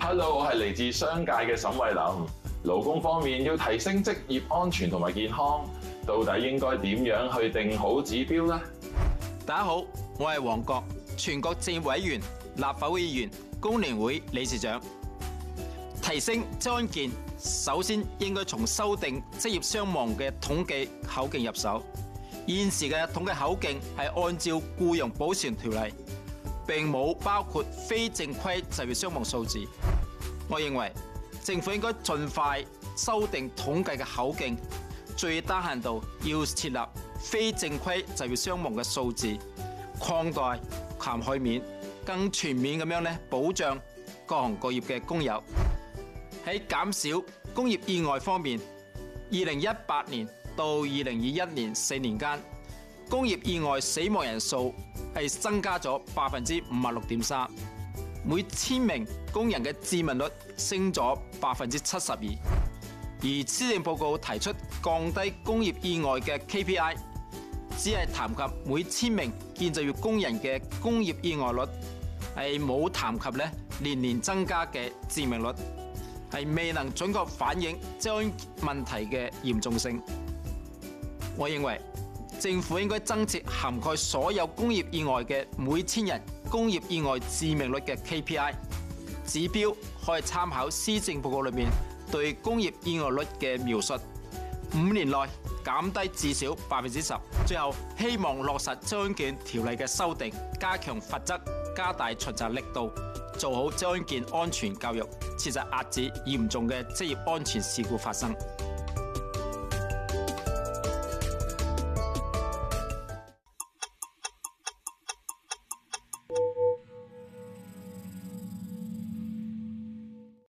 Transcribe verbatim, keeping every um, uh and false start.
Hello， 我係嚟自商界嘅沈慧林。勞工方面要提升職業安全同埋健康，到底應該點樣去定好指標呢？ 大家好，我係黃國，全國政協委員、立法會議員、工聯會理事長。提升職安健，首先應該從修訂職業傷亡嘅統計口徑入手。現時嘅統計口徑係按照僱傭保全條例，並冇包括非正規就業傷亡數字。我認為政府應該盡快修訂統計嘅口徑，最低限度要設立非正規就業傷亡嘅數字，擴大涵蓋面，更全面咁樣咧保障各行各業嘅工友。喺減少工業意外方面，二零一八年到二零二一年四年間，工業意外死亡人數係增加咗百分之五十六點三，每千名工人嘅致命率升咗百分之七十二。而施政報告提出降低工業意外嘅 K P I， 只係談及每千名建造業工人嘅工業意外率，係冇談及咧年年增加嘅致命率，係未能準確反映職安問題嘅嚴重性。我認為政府應該增設涵蓋所有工業意外嘅每千人工業意外致命率嘅 K P I 指標，可以參考施政報告裏面對工業意外率嘅描述，五年內減低至少百分之十。最後希望落實職安健條例嘅修訂，加強罰則，加大巡查力度，做好職安健安全教育，切實遏止嚴重嘅職業安全事故發生。